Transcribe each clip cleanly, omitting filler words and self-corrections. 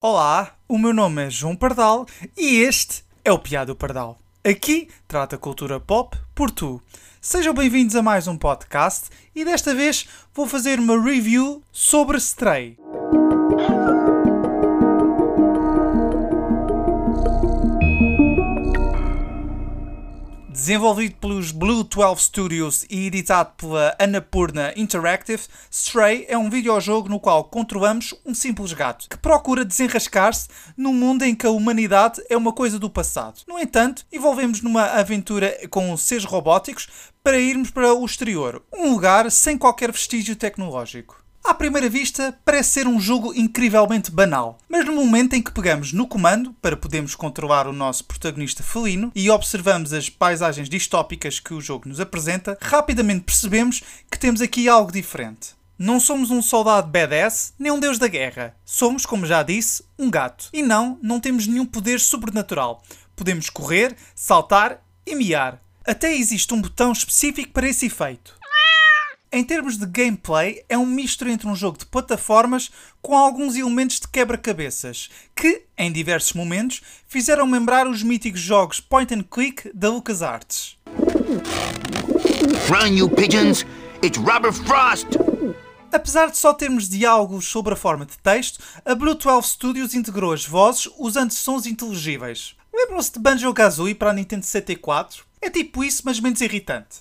Olá, o meu nome é João Pardal e este é o Piado Pardal. Aqui trata cultura pop por tu. Sejam bem-vindos a mais um podcast e desta vez vou fazer uma review sobre Stray. Desenvolvido pelos Blue 12 Studios e editado pela Annapurna Interactive, Stray é um videojogo no qual controlamos um simples gato, que procura desenrascar-se num mundo em que a humanidade é uma coisa do passado. No entanto, envolvemos numa aventura com seres robóticos para irmos para o exterior, um lugar sem qualquer vestígio tecnológico. À primeira vista, parece ser um jogo incrivelmente banal, mas no momento em que pegamos no comando para podermos controlar o nosso protagonista felino e observamos as paisagens distópicas que o jogo nos apresenta, rapidamente percebemos que temos aqui algo diferente. Não somos um soldado badass, nem um deus da guerra. Somos, como já disse, um gato. E não temos nenhum poder sobrenatural. Podemos correr, saltar e miar. Até existe um botão específico para esse efeito. Em termos de gameplay, é um misto entre um jogo de plataformas com alguns elementos de quebra-cabeças, que, em diversos momentos, fizeram lembrar os míticos jogos point and click da LucasArts. Run, you pigeons! It's Robert Frost! Apesar de só termos diálogos sobre a forma de texto, a Blue 12 Studios integrou as vozes usando sons inteligíveis. Lembram-se de Banjo-Kazooie para a Nintendo 64? É tipo isso, mas menos irritante.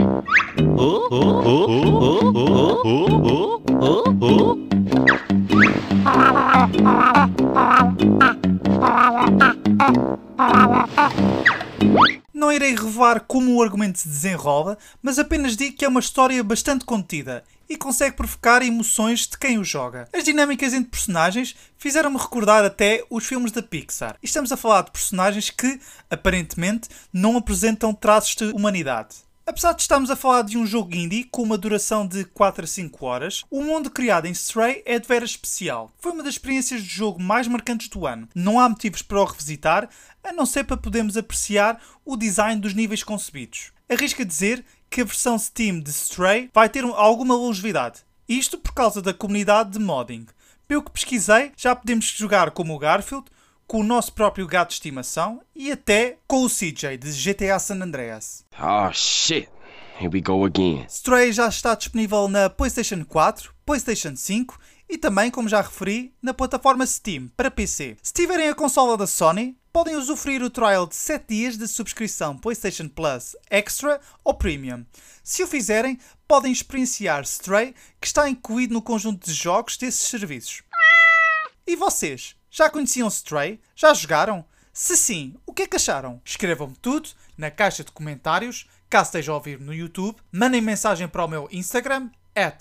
Não irei revelar como o argumento se desenrola, mas apenas digo que é uma história bastante contida e consegue provocar emoções de quem o joga. As dinâmicas entre personagens fizeram-me recordar até os filmes da Pixar. E estamos a falar de personagens que, aparentemente, não apresentam traços de humanidade. Apesar de estarmos a falar de um jogo indie com uma duração de 4 a 5 horas, o mundo criado em Stray é de veras especial. Foi uma das experiências de jogo mais marcantes do ano. Não há motivos para o revisitar, a não ser para podermos apreciar o design dos níveis concebidos. Arrisco a dizer que a versão Steam de Stray vai ter alguma longevidade. Isto por causa da comunidade de modding. Pelo que pesquisei, já podemos jogar como o Garfield, com o nosso próprio gato de estimação e até com o CJ de GTA San Andreas. Oh shit, here we go again. Stray já está disponível na PlayStation 4, PlayStation 5 e também, como já referi, na plataforma Steam para PC. Se tiverem a consola da Sony, podem usufruir o trial de 7 dias de subscrição PlayStation Plus Extra ou Premium. Se o fizerem, podem experienciar Stray, que está incluído no conjunto de jogos desses serviços. E vocês? Já conheciam Stray? Já jogaram? Se sim, o que é que acharam? Escrevam-me tudo na caixa de comentários, caso estejam a ouvir no YouTube. Mandem mensagem para o meu Instagram,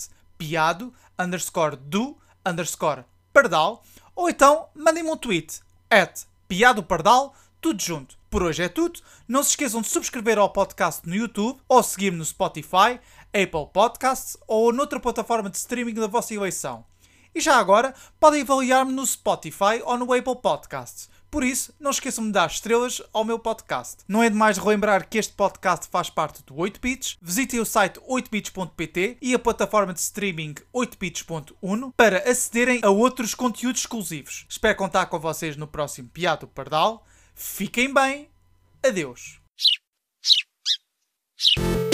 @piado_do_pardal, ou então mandem-me um tweet, @piadopardal, tudo junto. Por hoje é tudo. Não se esqueçam de subscrever ao podcast no YouTube ou seguir-me no Spotify, Apple Podcasts ou noutra plataforma de streaming da vossa eleição. E já agora, podem avaliar-me no Spotify ou no Apple Podcasts. Por isso, não esqueçam de dar estrelas ao meu podcast. Não é demais relembrar que este podcast faz parte do 8bits. Visitem o site 8bits.pt e a plataforma de streaming 8bits.1 para acederem a outros conteúdos exclusivos. Espero contar com vocês no próximo Piado Pardal. Fiquem bem. Adeus.